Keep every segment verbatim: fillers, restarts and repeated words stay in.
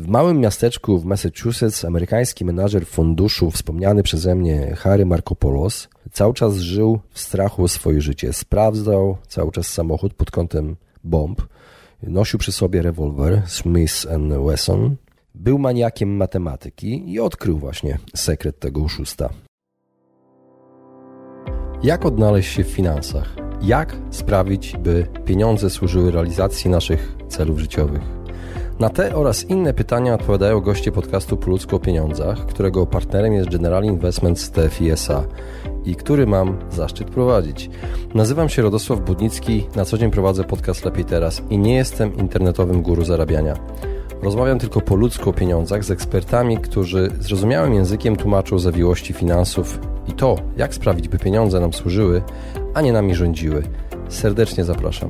W małym miasteczku w Massachusetts amerykański menadżer funduszu, wspomniany przeze mnie Harry Markopolos, cały czas żył w strachu o swoje życie. Sprawdzał cały czas samochód pod kątem bomb. Nosił przy sobie rewolwer Smith and Wesson. Był maniakiem matematyki i odkrył właśnie sekret tego oszusta. Jak odnaleźć się w finansach? Jak sprawić, by pieniądze służyły realizacji naszych celów życiowych? Na te oraz inne pytania odpowiadają goście podcastu Po ludzku o pieniądzach, którego partnerem jest General Investments T F I S A i który mam zaszczyt prowadzić. Nazywam się Radosław Budnicki, na co dzień prowadzę podcast Lepiej Teraz i nie jestem internetowym guru zarabiania. Rozmawiam tylko po ludzku o pieniądzach z ekspertami, którzy zrozumiałym językiem tłumaczą zawiłości finansów i to, jak sprawić, by pieniądze nam służyły, a nie nami rządziły. Serdecznie zapraszam.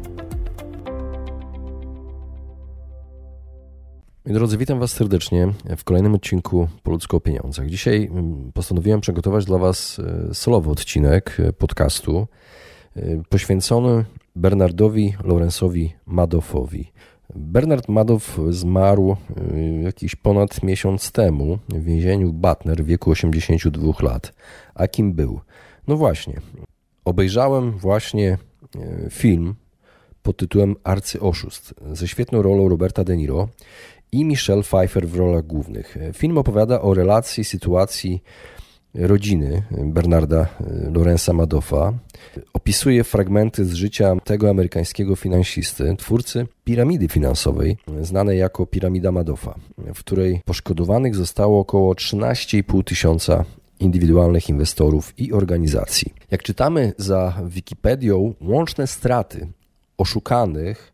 Moi drodzy, witam Was serdecznie w kolejnym odcinku Po ludzku o pieniądzach. Dzisiaj postanowiłem przygotować dla Was solowy odcinek podcastu poświęcony Bernardowi Lawrence'owi Madoffowi. Bernard Madoff zmarł jakiś ponad miesiąc temu w więzieniu w Butner w wieku osiemdziesięciu dwóch lat. A kim był? No właśnie, obejrzałem właśnie film pod tytułem Arcyoszust ze świetną rolą Roberta De Niro i Michelle Pfeiffer w rolach głównych. Film opowiada o relacji, sytuacji rodziny Bernarda Lawrence'a Madoffa. Opisuje fragmenty z życia tego amerykańskiego finansisty, twórcy piramidy finansowej, znanej jako piramida Madoffa, w której poszkodowanych zostało około trzynaście i pół tysiąca indywidualnych inwestorów i organizacji. Jak czytamy za Wikipedią, łączne straty oszukanych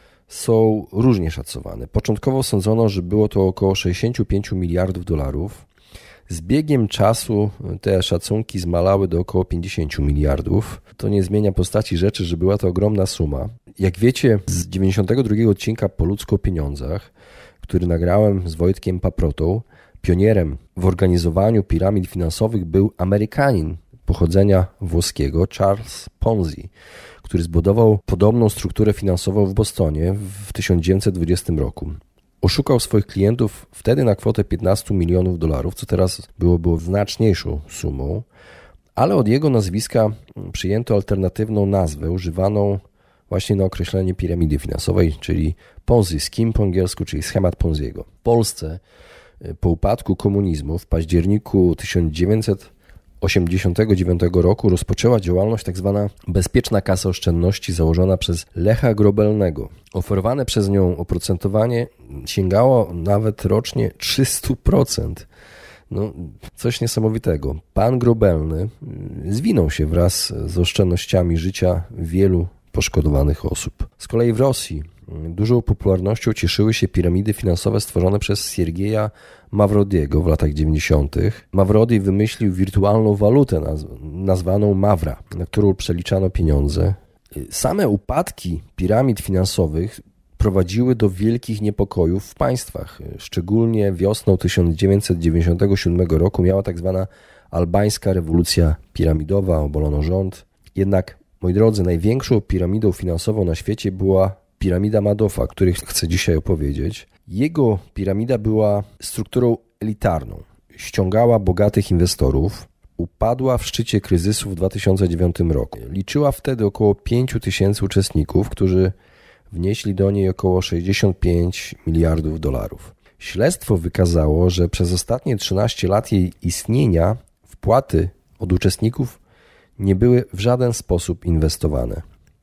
są różnie szacowane. Początkowo sądzono, że było to około sześćdziesiąt pięć miliardów dolarów. Z biegiem czasu te szacunki zmalały do około pięćdziesiąt miliardów. To nie zmienia postaci rzeczy, że była to ogromna suma. Jak wiecie, z dziewięćdziesiątego drugiego odcinka Po ludzku o pieniądzach, który nagrałem z Wojtkiem Paprotą, pionierem w organizowaniu piramid finansowych był Amerykanin pochodzenia włoskiego Charles Ponzi, który zbudował podobną strukturę finansową w Bostonie w tysiąc dziewięćset dwudziestym roku. Oszukał swoich klientów wtedy na kwotę piętnaście milionów dolarów, co teraz byłoby znaczniejszą sumą, ale od jego nazwiska przyjęto alternatywną nazwę używaną właśnie na określenie piramidy finansowej, czyli Ponzi scheme po angielsku, czyli schemat Ponziego. W Polsce po upadku komunizmu w październiku tysiąc dziewięćset osiemdziesiątego dziewiątego roku rozpoczęła działalność tzw. Bezpieczna Kasa Oszczędności założona przez Lecha Grobelnego. Oferowane przez nią oprocentowanie sięgało nawet rocznie trzysta procent. No, coś niesamowitego. Pan Grobelny zwinął się wraz z oszczędnościami życia wielu poszkodowanych osób. Z kolei w Rosji dużą popularnością cieszyły się piramidy finansowe stworzone przez Siergieja Mawrodiego w latach dziewięćdziesiątych. Mawrodi wymyślił wirtualną walutę nazwaną Mawra, na którą przeliczano pieniądze. Same upadki piramid finansowych prowadziły do wielkich niepokojów w państwach. Szczególnie wiosną tysiąc dziewięćset dziewięćdziesiątego siódmego roku miała tak zwana albańska rewolucja piramidowa, obalono rząd. Jednak, moi drodzy, największą piramidą finansową na świecie była piramida Madoffa, o której chcę dzisiaj opowiedzieć. Jego piramida była strukturą elitarną. Ściągała bogatych inwestorów. Upadła w szczycie kryzysu w dwa tysiące dziewiątym roku. Liczyła wtedy około pięć tysięcy uczestników, którzy wnieśli do niej około sześćdziesiąt pięć miliardów dolarów. Śledztwo wykazało, że przez ostatnie trzynaście lat jej istnienia wpłaty od uczestników nie były w żaden sposób inwestowane.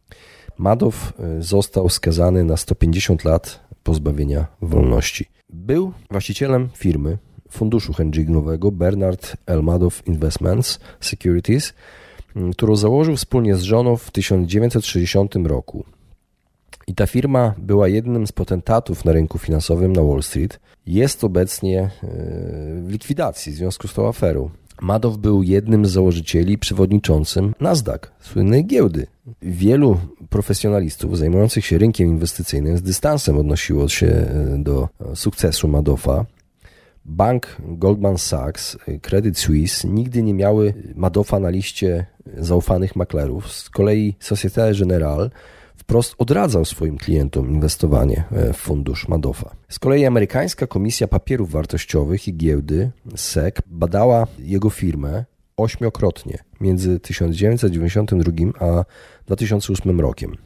Madoff został skazany na sto pięćdziesiąt lat pozbawienia wolności. Był właścicielem firmy, funduszu hedgingowego Bernard L. Madoff Investments Securities, którą założył wspólnie z żoną w tysiąc dziewięćset sześćdziesiątym roku. I ta firma była jednym z potentatów na rynku finansowym na Wall Street. Jest obecnie w likwidacji w związku z tą aferą. Madoff był jednym z założycieli i przewodniczącym Nasdaq, słynnej giełdy. Wielu profesjonalistów zajmujących się rynkiem inwestycyjnym z dystansem odnosiło się do sukcesu Madoffa. Bank Goldman Sachs, Credit Suisse nigdy nie miały Madoffa na liście zaufanych maklerów. Z kolei Societe Generale wprost odradzał swoim klientom inwestowanie w fundusz Madoffa. Z kolei amerykańska Komisja Papierów Wartościowych i Giełdy S E C badała jego firmę ośmiokrotnie między tysiąc dziewięćset dziewięćdziesiątym drugim a dwa tysiące ósmym rokiem.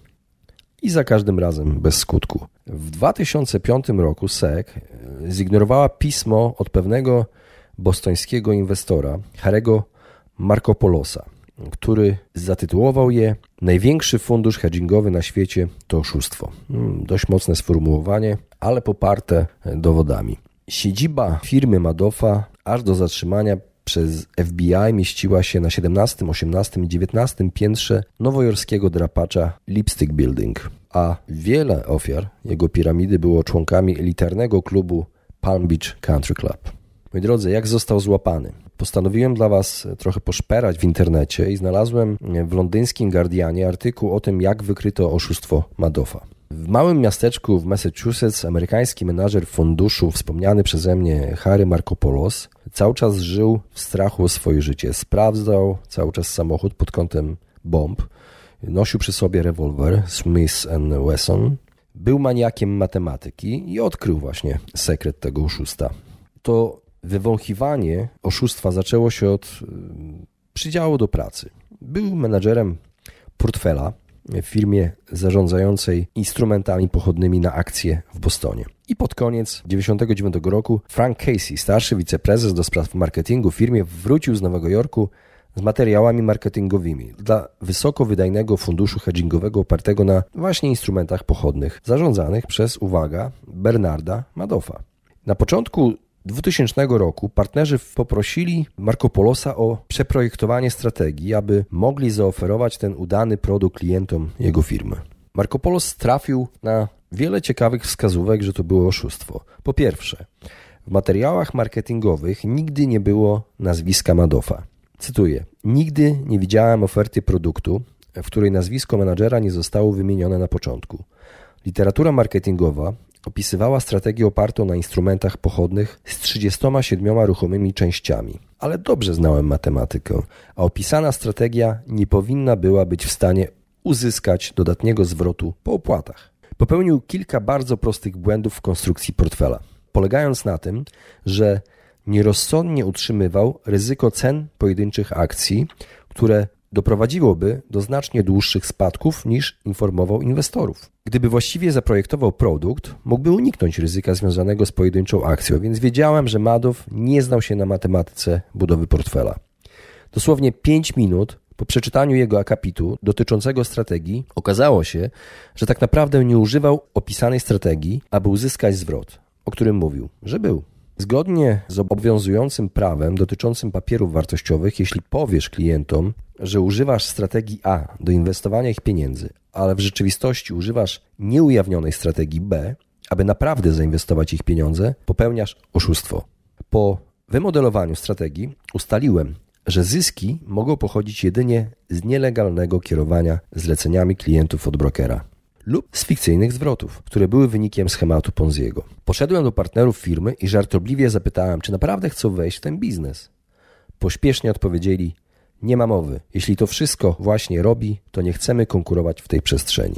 I za każdym razem bez skutku. W dwa tysiące piątym roku S E C zignorowała pismo od pewnego bostońskiego inwestora, Harry'ego Markopolosa, który zatytułował je Największy fundusz hedgingowy na świecie to oszustwo. Hmm, dość mocne sformułowanie, ale poparte dowodami. Siedziba firmy Madoffa aż do zatrzymania przez F B I mieściła się na siedemnastym, osiemnastym i dziewiętnastym piętrze nowojorskiego drapacza Lipstick Building, a wiele ofiar jego piramidy było członkami elitarnego klubu Palm Beach Country Club. Moi drodzy, jak został złapany? Postanowiłem dla Was trochę poszperać w internecie i znalazłem w londyńskim Guardianie artykuł o tym, jak wykryto oszustwo Madoffa. W małym miasteczku w Massachusetts amerykański menadżer funduszu, wspomniany przeze mnie Harry Markopolos, cały czas żył w strachu o swoje życie. Sprawdzał cały czas samochód pod kątem bomb. Nosił przy sobie rewolwer Smith and Wesson. Był maniakiem matematyki i odkrył właśnie sekret tego oszusta. To wywąchiwanie oszustwa zaczęło się od przydziału do pracy. Był menadżerem portfela w firmie zarządzającej instrumentami pochodnymi na akcje w Bostonie. I pod koniec tysiąc dziewięćset dziewięćdziesiątego dziewiątego roku Frank Casey, starszy wiceprezes do spraw marketingu w firmie, wrócił z Nowego Jorku z materiałami marketingowymi dla wysoko wydajnego funduszu hedgingowego opartego na właśnie instrumentach pochodnych zarządzanych przez, uwaga, Bernarda Madoffa. Na początku dwutysięcznego roku partnerzy poprosili Markopolosa o przeprojektowanie strategii, aby mogli zaoferować ten udany produkt klientom jego firmy. Markopolos trafił na wiele ciekawych wskazówek, że to było oszustwo. Po pierwsze, w materiałach marketingowych nigdy nie było nazwiska Madoffa. Cytuję: nigdy nie widziałem oferty produktu, w której nazwisko menadżera nie zostało wymienione na początku. Literatura marketingowa opisywała strategię opartą na instrumentach pochodnych z trzydziestoma siedmioma ruchomymi częściami. Ale dobrze znałem matematykę, a opisana strategia nie powinna była być w stanie uzyskać dodatniego zwrotu po opłatach. Popełnił kilka bardzo prostych błędów w konstrukcji portfela, polegając na tym, że nierozsądnie utrzymywał ryzyko cen pojedynczych akcji, które doprowadziłoby do znacznie dłuższych spadków niż informował inwestorów. Gdyby właściwie zaprojektował produkt, mógłby uniknąć ryzyka związanego z pojedynczą akcją, więc wiedziałem, że Madoff nie znał się na matematyce budowy portfela. Dosłownie pięć minut po przeczytaniu jego akapitu dotyczącego strategii okazało się, że tak naprawdę nie używał opisanej strategii, aby uzyskać zwrot, o którym mówił, że był. Zgodnie z obowiązującym prawem dotyczącym papierów wartościowych, jeśli powiesz klientom, że używasz strategii A do inwestowania ich pieniędzy, ale w rzeczywistości używasz nieujawnionej strategii B, aby naprawdę zainwestować ich pieniądze, popełniasz oszustwo. Po wymodelowaniu strategii ustaliłem, że zyski mogą pochodzić jedynie z nielegalnego kierowania zleceniami klientów od brokera lub z fikcyjnych zwrotów, które były wynikiem schematu Ponziego. Poszedłem do partnerów firmy i żartobliwie zapytałem, czy naprawdę chcą wejść w ten biznes. Pośpiesznie odpowiedzieli: nie ma mowy. Jeśli to wszystko właśnie robi, to nie chcemy konkurować w tej przestrzeni.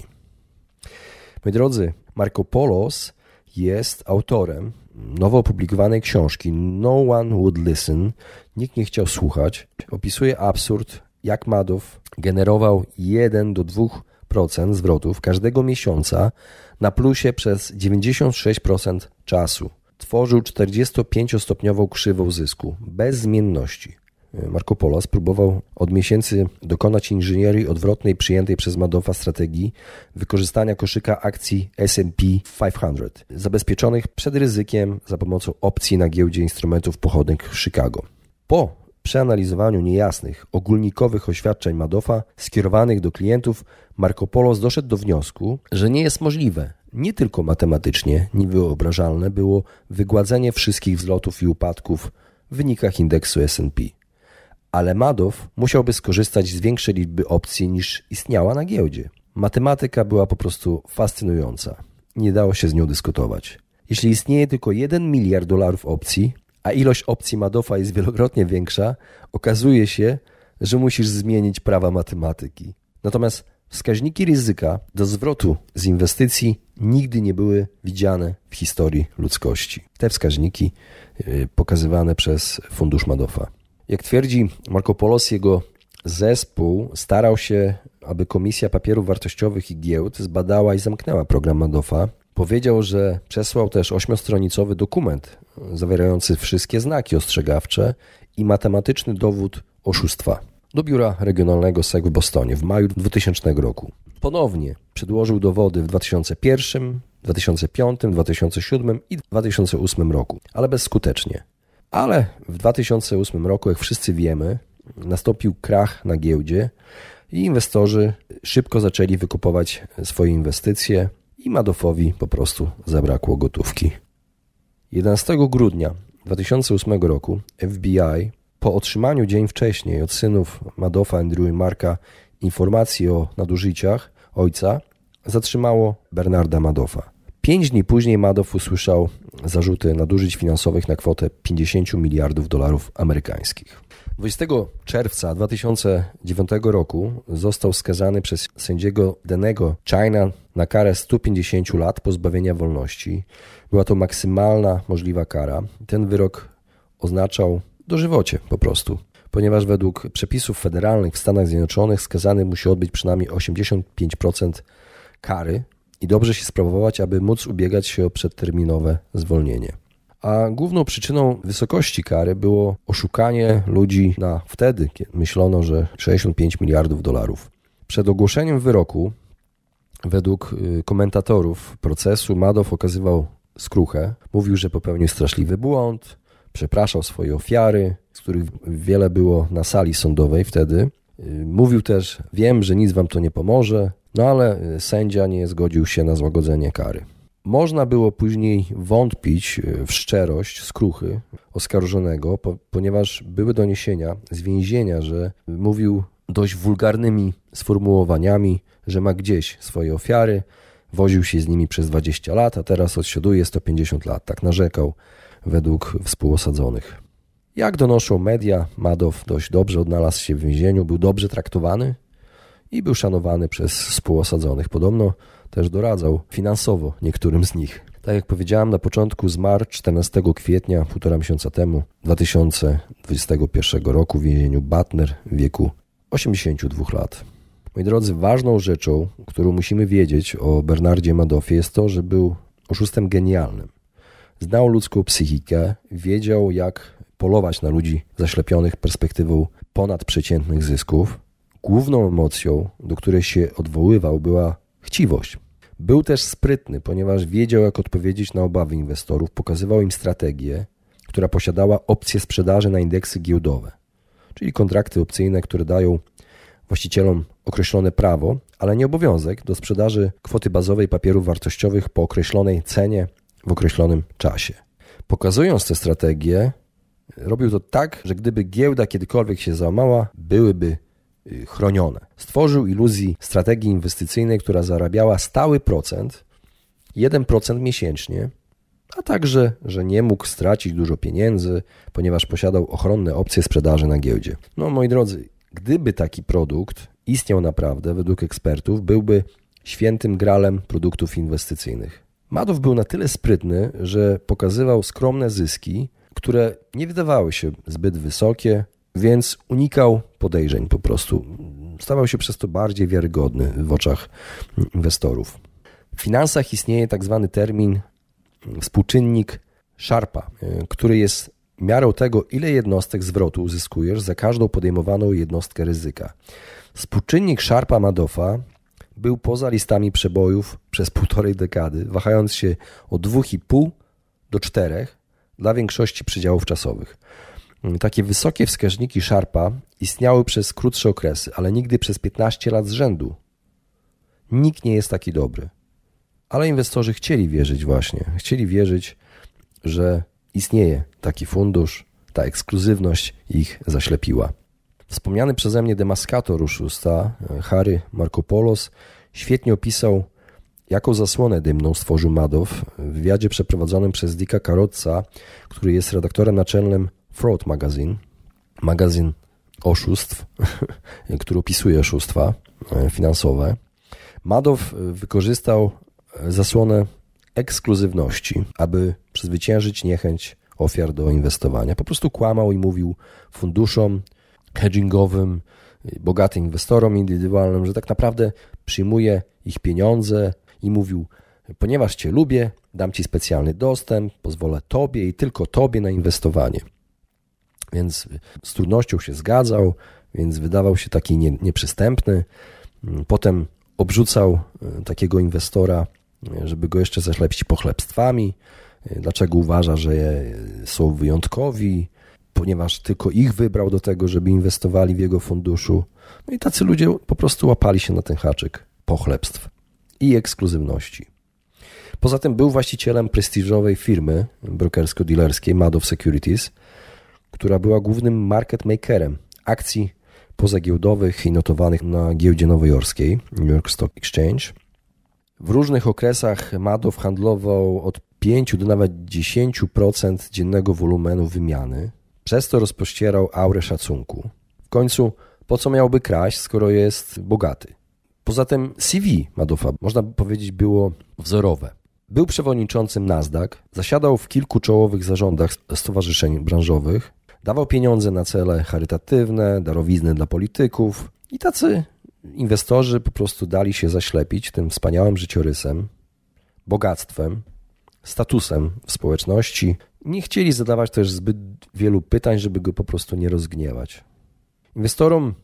Moi drodzy, Markopolos jest autorem nowo opublikowanej książki No One Would Listen. Nikt nie chciał słuchać. Opisuje absurd, jak Madoff generował jeden do dwóch procent zwrotów każdego miesiąca na plusie przez dziewięćdziesiąt sześć procent czasu. Tworzył czterdziestopięciostopniową krzywą zysku, bez zmienności. Markopolos próbował od miesięcy dokonać inżynierii odwrotnej przyjętej przez Madoffa strategii wykorzystania koszyka akcji S and P pięćset, zabezpieczonych przed ryzykiem za pomocą opcji na giełdzie instrumentów pochodnych w Chicago. Po przeanalizowaniu niejasnych, ogólnikowych oświadczeń Madoffa skierowanych do klientów, Markopolos doszedł do wniosku, że nie jest możliwe, nie tylko matematycznie niewyobrażalne było wygładzenie wszystkich wzlotów i upadków w wynikach indeksu S and P. Ale Madoff musiałby skorzystać z większej liczby opcji niż istniała na giełdzie. Matematyka była po prostu fascynująca. Nie dało się z nią dyskutować. Jeśli istnieje tylko jeden miliard dolarów opcji, a ilość opcji Madoffa jest wielokrotnie większa, okazuje się, że musisz zmienić prawa matematyki. Natomiast Wskaźniki ryzyka do zwrotu z inwestycji nigdy nie były widziane w historii ludzkości. Te wskaźniki pokazywane przez fundusz Madoffa. Jak twierdzi Marco Polos, jego zespół starał się, aby Komisja Papierów Wartościowych i Giełd zbadała i zamknęła program Madoffa. Powiedział, że przesłał też ośmiostronicowy dokument zawierający wszystkie znaki ostrzegawcze i matematyczny dowód oszustwa do biura regionalnego S E C w Bostonie w maju dwutysięcznego roku. Ponownie przedłożył dowody w dwa tysiące pierwszym, dwa tysiące piątym, dwa tysiące siódmym i dwa tysiące ósmym roku, ale bezskutecznie. Ale w dwa tysiące ósmym roku, jak wszyscy wiemy, nastąpił krach na giełdzie i inwestorzy szybko zaczęli wykupować swoje inwestycje i Madoffowi po prostu zabrakło gotówki. jedenastego grudnia dwa tysiące ósmego roku F B I po otrzymaniu dzień wcześniej od synów Madoffa, Andrew i Marka informacji o nadużyciach ojca zatrzymało Bernarda Madoffa. Pięć dni później Madoff usłyszał zarzuty nadużyć finansowych na kwotę pięćdziesiąt miliardów dolarów amerykańskich. dwudziestego czerwca dwa tysiące dziewiątego roku został skazany przez sędziego Denego China na karę stu pięćdziesięciu lat pozbawienia wolności. Była to maksymalna możliwa kara. Ten wyrok oznaczał dożywocie po prostu, ponieważ według przepisów federalnych w Stanach Zjednoczonych skazany musi odbyć przynajmniej osiemdziesiąt pięć procent kary i dobrze się sprawować, aby móc ubiegać się o przedterminowe zwolnienie. A główną przyczyną wysokości kary było oszukanie ludzi na wtedy, kiedy myślono, że sześćdziesiąt pięć miliardów dolarów. Przed ogłoszeniem wyroku, według komentatorów procesu, Madoff okazywał skruchę. Mówił, że popełnił straszliwy błąd, przepraszał swoje ofiary, z których wiele było na sali sądowej wtedy. Mówił też, wiem, że nic wam to nie pomoże, no ale sędzia nie zgodził się na złagodzenie kary. Można było później wątpić w szczerość skruchy oskarżonego, po, ponieważ były doniesienia z więzienia, że mówił dość wulgarnymi sformułowaniami, że ma gdzieś swoje ofiary, woził się z nimi przez dwadzieścia lat, a teraz odsiaduje sto pięćdziesiąt lat. Tak narzekał według współosadzonych. Jak donoszą media, Madoff dość dobrze odnalazł się w więzieniu, był dobrze traktowany i był szanowany przez współosadzonych. Podobno też doradzał finansowo niektórym z nich. Tak jak powiedziałem na początku, zmarł czternastego kwietnia, półtora miesiąca temu, dwa tysiące dwudziestego pierwszego roku w więzieniu Butner w wieku osiemdziesięciu dwóch lat. Moi drodzy, ważną rzeczą, którą musimy wiedzieć o Bernardzie Madoffie, jest to, że był oszustem genialnym. Znał ludzką psychikę, wiedział, jak polować na ludzi zaślepionych perspektywą ponadprzeciętnych zysków. Główną emocją, do której się odwoływał, była chciwość. Był też sprytny, ponieważ wiedział, jak odpowiedzieć na obawy inwestorów, pokazywał im strategię, która posiadała opcje sprzedaży na indeksy giełdowe, czyli kontrakty opcyjne, które dają właścicielom określone prawo, ale nie obowiązek do sprzedaży kwoty bazowej papierów wartościowych po określonej cenie w określonym czasie. Pokazując tę strategię, robił to tak, że gdyby giełda kiedykolwiek się załamała, byłyby chronione. Stworzył iluzji strategii inwestycyjnej, która zarabiała stały procent, jeden procent miesięcznie, a także, że nie mógł stracić dużo pieniędzy, ponieważ posiadał ochronne opcje sprzedaży na giełdzie. No moi drodzy, gdyby taki produkt istniał naprawdę, według ekspertów, byłby świętym gralem produktów inwestycyjnych. Madoff był na tyle sprytny, że pokazywał skromne zyski, które nie wydawały się zbyt wysokie, więc unikał podejrzeń po prostu. Stawał się przez to bardziej wiarygodny w oczach inwestorów. W finansach istnieje tak zwany termin współczynnik Sharpa, który jest miarą tego, ile jednostek zwrotu uzyskujesz za każdą podejmowaną jednostkę ryzyka. Współczynnik Sharpa Madoffa był poza listami przebojów przez półtorej dekady, wahając się od dwa i pół do czterech dla większości przedziałów czasowych. Takie wysokie wskaźniki Sharpa istniały przez krótsze okresy, ale nigdy przez piętnaście lat z rzędu. Nikt nie jest taki dobry. Ale inwestorzy chcieli wierzyć właśnie. Chcieli wierzyć, że istnieje taki fundusz, ta ekskluzywność ich zaślepiła. Wspomniany przeze mnie demaskator oszusta, Harry Markopolos, świetnie opisał, jaką zasłonę dymną stworzył Madoff w wywiadzie przeprowadzonym przez Dicka Carrozza, który jest redaktorem naczelnym Fraud Magazine. Magazyn oszustw, który opisuje oszustwa finansowe, Madoff wykorzystał zasłonę ekskluzywności, aby przezwyciężyć niechęć ofiar do inwestowania. Po prostu kłamał i mówił funduszom hedgingowym, bogatym inwestorom indywidualnym, że tak naprawdę przyjmuje ich pieniądze i mówił: ponieważ Cię lubię, dam Ci specjalny dostęp, pozwolę Tobie i tylko Tobie na inwestowanie. Więc z trudnością się zgadzał, więc wydawał się taki nie, nieprzystępny. Potem obrzucał takiego inwestora, żeby go jeszcze zaślepić pochlebstwami. Dlaczego uważa, że są wyjątkowi, ponieważ tylko ich wybrał do tego, żeby inwestowali w jego funduszu. No i tacy ludzie po prostu łapali się na ten haczyk pochlebstw i ekskluzywności. Poza tym był właścicielem prestiżowej firmy brokersko-dealerskiej Madoff Securities, która była głównym market makerem akcji pozagiełdowych i notowanych na giełdzie nowojorskiej, New York Stock Exchange. W różnych okresach Madoff handlował od pięć do nawet dziesięć procent dziennego wolumenu wymiany. Przez to rozpościerał aurę szacunku. W końcu po co miałby kraść, skoro jest bogaty? Poza tym C V Madoffa, można by powiedzieć, było wzorowe. Był przewodniczącym Nasdaq, zasiadał w kilku czołowych zarządach stowarzyszeń branżowych, dawał pieniądze na cele charytatywne, darowizny dla polityków i tacy inwestorzy po prostu dali się zaślepić tym wspaniałym życiorysem, bogactwem, statusem w społeczności. Nie chcieli zadawać też zbyt wielu pytań, żeby go po prostu nie rozgniewać. Inwestorom,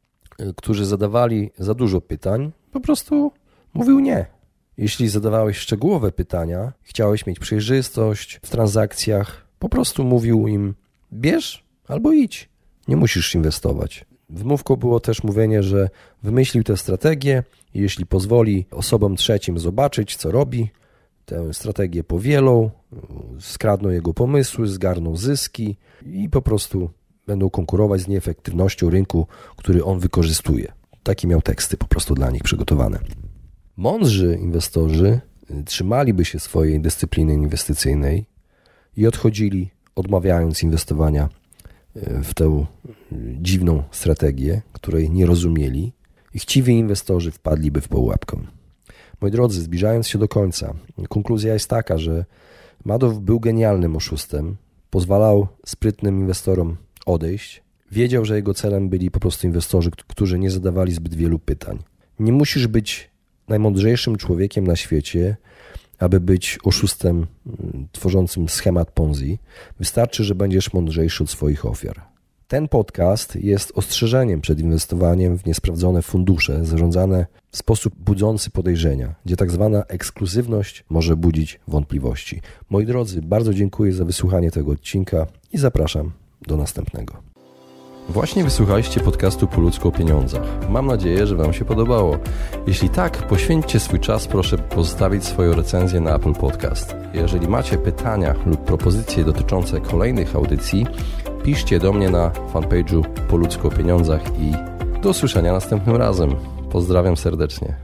którzy zadawali za dużo pytań, po prostu mówił nie. Jeśli zadawałeś szczegółowe pytania, chciałeś mieć przejrzystość w transakcjach, po prostu mówił im: bierz albo idź, nie musisz inwestować. Wymówką było też mówienie, że wymyślił tę strategię i jeśli pozwoli osobom trzecim zobaczyć, co robi, tę strategię powielą, skradną jego pomysły, zgarną zyski i po prostu będą konkurować z nieefektywnością rynku, który on wykorzystuje. Takie miał teksty po prostu dla nich przygotowane. Mądrzy inwestorzy trzymaliby się swojej dyscypliny inwestycyjnej i odchodzili, odmawiając inwestowania w tę dziwną strategię, której nie rozumieli, i chciwi inwestorzy wpadliby w pułapkę. Moi drodzy, zbliżając się do końca, konkluzja jest taka, że Madoff był genialnym oszustem, pozwalał sprytnym inwestorom odejść, wiedział, że jego celem byli po prostu inwestorzy, którzy nie zadawali zbyt wielu pytań. Nie musisz być najmądrzejszym człowiekiem na świecie, aby być oszustem tworzącym schemat Ponzi. Wystarczy, że będziesz mądrzejszy od swoich ofiar. Ten podcast jest ostrzeżeniem przed inwestowaniem w niesprawdzone fundusze zarządzane w sposób budzący podejrzenia, gdzie tak zwana ekskluzywność może budzić wątpliwości. Moi drodzy, bardzo dziękuję za wysłuchanie tego odcinka i zapraszam do następnego. Właśnie wysłuchaliście podcastu Po ludzku o pieniądzach. Mam nadzieję, że Wam się podobało. Jeśli tak, poświęćcie swój czas, proszę pozostawić swoją recenzję na Apple Podcast. Jeżeli macie pytania lub propozycje dotyczące kolejnych audycji, piszcie do mnie na fanpage'u Po ludzku o pieniądzach i do usłyszenia następnym razem. Pozdrawiam serdecznie.